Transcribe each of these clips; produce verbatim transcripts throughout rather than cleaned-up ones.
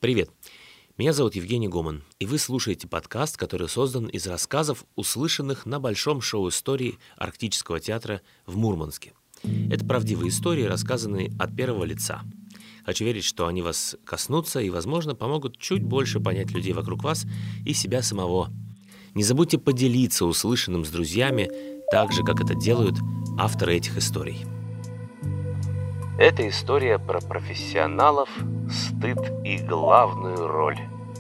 Привет! Меня зовут Евгений Гоман, и вы слушаете подкаст, который создан из рассказов, услышанных на большом шоу истории Арктического театра в Мурманске. Это правдивые истории, рассказанные от первого лица. Хочу верить, что они вас коснутся и, возможно, помогут чуть больше понять людей вокруг вас и себя самого. Не забудьте поделиться услышанным с друзьями, так же, как это делают авторы этих историй. Это история про профессионалов, стыд и главную роль.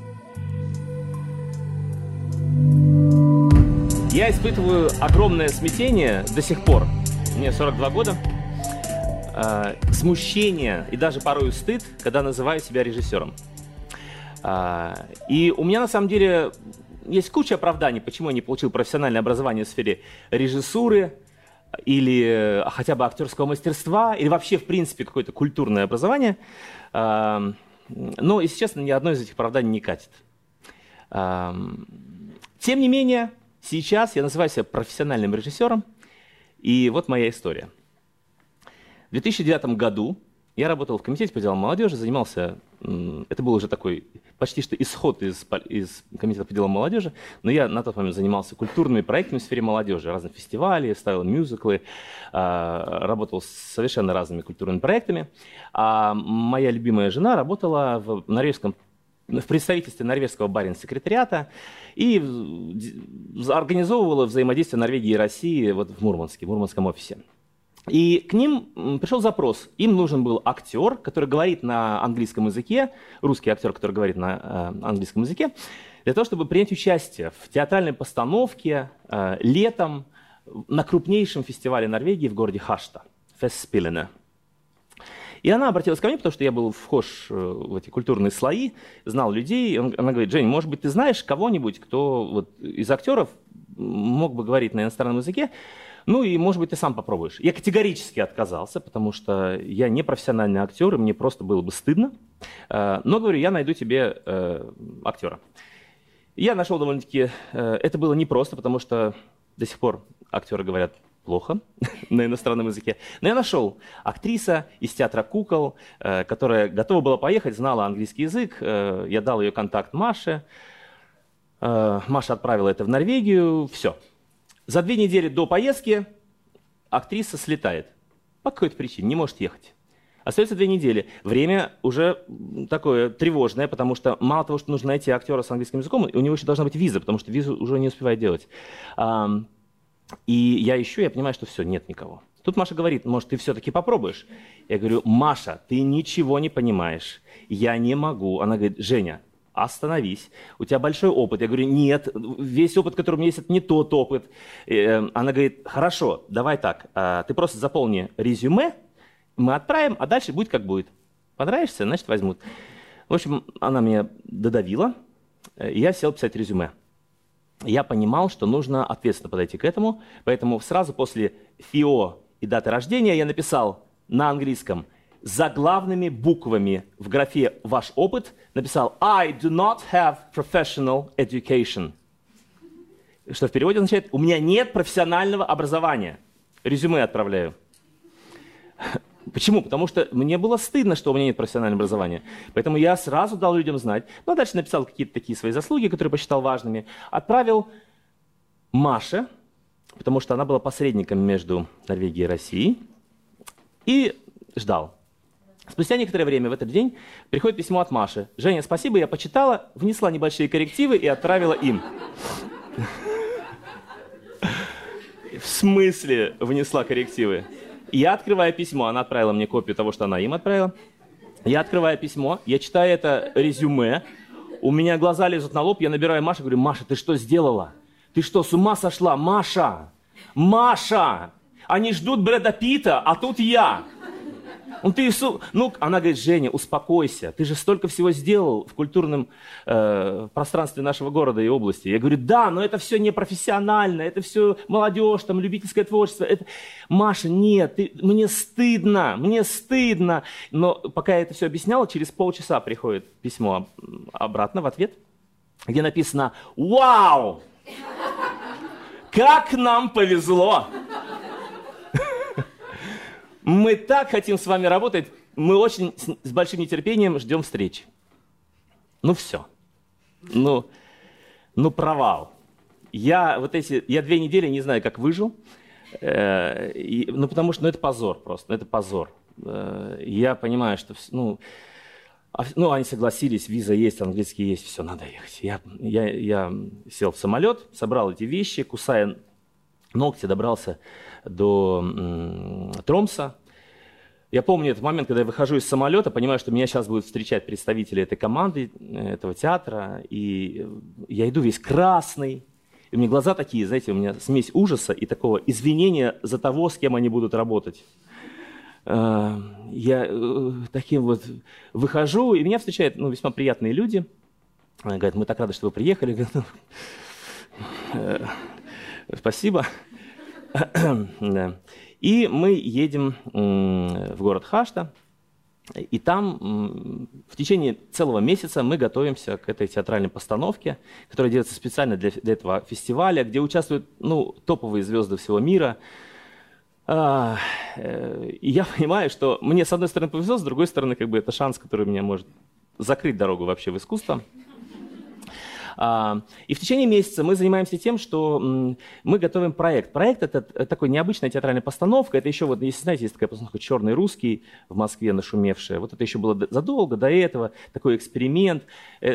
Я испытываю огромное смятение до сих пор. Мне сорок два года. Э, смущение и даже порой стыд, когда называю себя режиссером. Э, и у меня на самом деле есть куча оправданий, почему я не получил профессиональное образование в сфере режиссуры, или хотя бы актерского мастерства, или вообще, в принципе, какое-то культурное образование. Но, если честно, ни одно из этих оправданий не катит. Тем не менее, сейчас я называю себя профессиональным режиссером, и вот моя история. В две тысячи девятом году я работал в комитете по делам молодежи, занимался, это был уже такой почти что исход из, из комитета по делам молодежи, но я на тот момент занимался культурными проектами в сфере молодежи, разных фестивалей, ставил мюзиклы, работал с совершенно разными культурными проектами. А моя любимая жена работала в норвежском в представительстве норвежского баренц-секретариата и организовывала взаимодействие Норвегии и России вот в Мурманске, в мурманском офисе. И к ним пришел запрос. Им нужен был актер, который говорит на английском языке, русский актер, который говорит на э, английском языке, для того, чтобы принять участие в театральной постановке э, летом на крупнейшем фестивале Норвегии в городе Хашта, Фестспиллене. И она обратилась ко мне, потому что я был вхож в эти культурные слои, знал людей. Она говорит: Жень, может быть, ты знаешь кого-нибудь, кто вот из актеров мог бы говорить на иностранном языке? Ну и, может быть, ты сам попробуешь. Я категорически отказался, потому что я не профессиональный актер, и мне просто было бы стыдно. Но, говорю, я найду тебе э, актера. Я нашел довольно-таки... Э, это было непросто, потому что до сих пор актеры говорят плохо на иностранном языке. Но я нашел актриса из театра кукол, э, которая готова была поехать, знала английский язык. Э, я дал ее контакт Маше. Э, Маша отправила это в Норвегию. Все. За две недели до поездки актриса слетает. По какой-то причине, не может ехать. Остается две недели. Время уже такое тревожное, потому что мало того, что нужно найти актера с английским языком, у него еще должна быть виза, потому что визу уже не успевает делать. И я ищу, я понимаю, что все, нет никого. Тут Маша говорит: может, ты все-таки попробуешь? Я говорю: Маша, ты ничего не понимаешь. Я не могу. Она говорит: Женя, остановись, у тебя большой опыт. Я говорю: нет, весь опыт, который у меня есть, это не тот опыт. Она говорит: хорошо, давай так, ты просто заполни резюме, мы отправим, а дальше будет как будет. Понравишься, значит возьмут. В общем, она меня додавила, и я сел писать резюме. Я понимал, что нужно ответственно подойти к этому, поэтому сразу после ФИО и даты рождения я написал на английском заглавными буквами в графе «Ваш опыт» написал «I do not have professional education», что в переводе означает «У меня нет профессионального образования». Резюме отправляю. Почему? Потому что мне было стыдно, что у меня нет профессионального образования. Поэтому я сразу дал людям знать. Ну, а дальше написал какие-то такие свои заслуги, которые посчитал важными. Отправил Маше, потому что она была посредником между Норвегией и Россией. И ждал. Спустя некоторое время в этот день приходит письмо от Маши. Женя, спасибо, я почитала, внесла небольшие коррективы и отправила им. В смысле внесла коррективы? Я открываю письмо, она отправила мне копию того, что она им отправила. Я открываю письмо, я читаю это резюме, у меня глаза лезут на лоб, я набираю Машу, говорю: Маша, ты что сделала? Ты что, с ума сошла? Маша! Маша! Они ждут Брэда Питта, а тут я! Ну, ты, ну, она говорит: Женя, успокойся, ты же столько всего сделал в культурном э, пространстве нашего города и области. Я говорю: да, но это все не профессионально, это все молодежь, там, любительское творчество. Это... Маша, нет, ты... мне стыдно, мне стыдно. Но пока я это все объяснял, через полчаса приходит письмо обратно в ответ, где написано: «Вау! Как нам повезло! Мы так хотим с вами работать, мы очень с большим нетерпением ждем встречи». Ну все. Ну, ну провал. Я вот эти, я две недели не знаю, как выжил. Э, и, ну потому что, ну это позор просто, ну, это позор. Э, я понимаю, что, ну, а, ну, они согласились, виза есть, английский есть, все, надо ехать. Я, я, я сел в самолет, собрал эти вещи, кусая ногти, добрался до м, Тромса. Я помню этот момент, когда я выхожу из самолета, понимаю, что меня сейчас будут встречать представители этой команды, этого театра, и я иду весь красный, и у меня глаза такие, знаете, у меня смесь ужаса и такого извинения за того, с кем они будут работать. Я таким вот выхожу, и меня встречают, ну, весьма приятные люди. Они говорят, мы так рады, что вы приехали. Спасибо. И мы едем в город Хашта, и там в течение целого месяца мы готовимся к этой театральной постановке, которая делается специально для, для этого фестиваля, где участвуют, ну, топовые звезды всего мира. И я понимаю, что мне с одной стороны повезло, с другой стороны, как бы это шанс, который меня может закрыть дорогу вообще в искусство. И в течение месяца мы занимаемся тем, что мы готовим проект. Проект — это такой необычная театральная постановка. Это еще, вот, если знаете, есть такая постановка «Черный русский» в Москве, нашумевшая. Вот это еще было задолго до этого, такой эксперимент.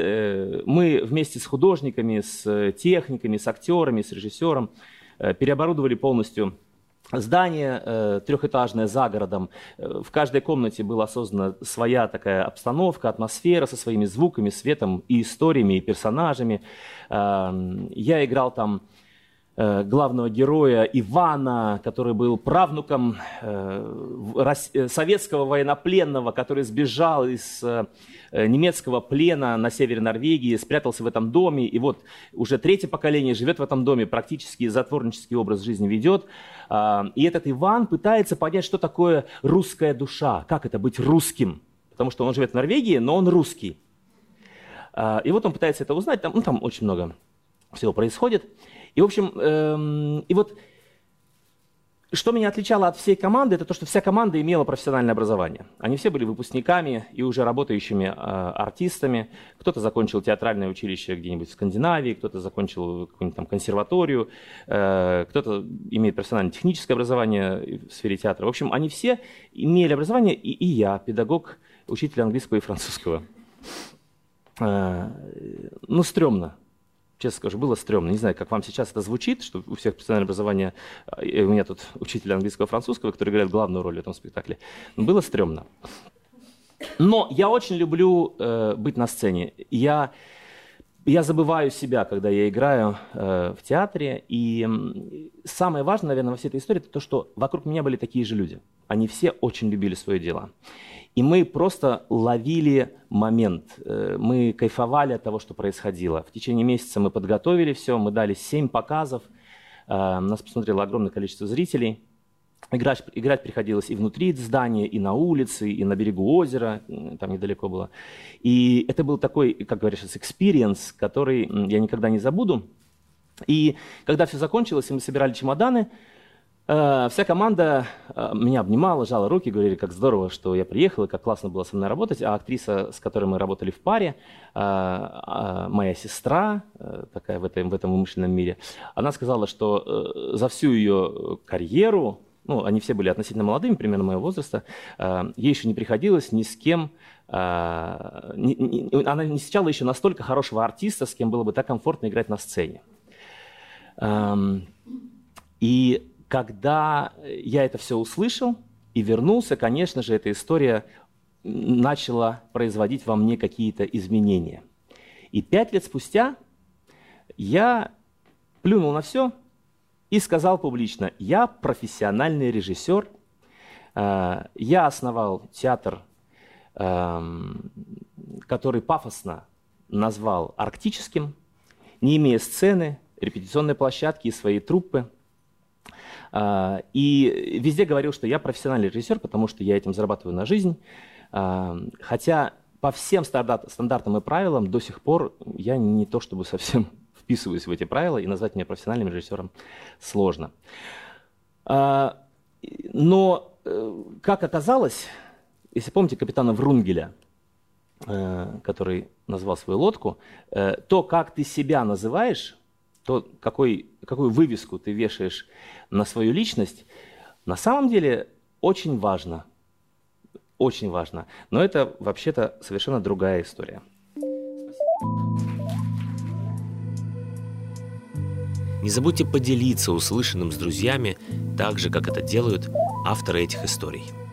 Мы вместе с художниками, с техниками, с актерами, с режиссером переоборудовали полностью здание э, трехэтажное за городом. В каждой комнате была создана своя такая обстановка, атмосфера со своими звуками, светом и историями, и персонажами. Э, я играл там э, главного героя Ивана, который был правнуком э, рос, советского военнопленного, который сбежал из э, немецкого плена на севере Норвегии, спрятался в этом доме, и вот уже третье поколение живет в этом доме, практически затворнический образ жизни ведет. И этот Иван пытается понять, что такое русская душа, как это быть русским, потому что он живет в Норвегии, но он русский. И вот он пытается это узнать, там, ну, там очень много всего происходит. И, в общем, эм, и вот что меня отличало от всей команды, это то, что вся команда имела профессиональное образование. Они все были выпускниками и уже работающими э, артистами. Кто-то закончил театральное училище где-нибудь в Скандинавии, кто-то закончил какую-нибудь там консерваторию, э, кто-то имеет профессиональное техническое образование в сфере театра. В общем, они все имели образование, и, и я, педагог, учитель английского и французского. Э, ну, стрёмно. Честно скажу, было стрёмно. Не знаю, как вам сейчас это звучит, что у всех профессиональное образование, и у меня тут учитель английского и французского, который играет главную роль в этом спектакле. Было стрёмно. Но я очень люблю э, быть на сцене. Я, я забываю себя, когда я играю э, в театре. И самое важное, наверное, во всей этой истории, это то, что вокруг меня были такие же люди. Они все очень любили свое дело. И мы просто ловили момент, мы кайфовали от того, что происходило. В течение месяца мы подготовили все, мы дали семь показов, нас посмотрело огромное количество зрителей. Играть, играть приходилось и внутри здания, и на улице, и на берегу озера, там недалеко было. И это был такой, как говоришь, экспириенс, который я никогда не забуду. И когда все закончилось, и мы собирали чемоданы, вся команда меня обнимала, жала руки, говорили, как здорово, что я приехал, и как классно было со мной работать. А актриса, с которой мы работали в паре, моя сестра, такая в этом, в этом вымышленном мире, она сказала, что за всю ее карьеру, ну, они все были относительно молодыми, примерно моего возраста, ей еще не приходилось ни с кем, она не встречала еще настолько хорошего артиста, с кем было бы так комфортно играть на сцене. И когда я это все услышал и вернулся, конечно же, эта история начала производить во мне какие-то изменения. И пять лет спустя я плюнул на все и сказал публично: я профессиональный режиссер, я основал театр, который пафосно назвал арктическим, не имея сцены, репетиционной площадки и своей труппы. И везде говорил, что я профессиональный режиссер, потому что я этим зарабатываю на жизнь. Хотя по всем стандартам и правилам до сих пор я не то чтобы совсем вписываюсь в эти правила, и назвать меня профессиональным режиссером сложно. Но, как оказалось, если помните капитана Врунгеля, э, который назвал свою лодку, э, то, как ты себя называешь, то, какой, какую вывеску ты вешаешь на свою личность, на самом деле очень важно. Очень важно. Но это вообще-то совершенно другая история. Не забудьте поделиться услышанным с друзьями, так же, как это делают авторы этих историй.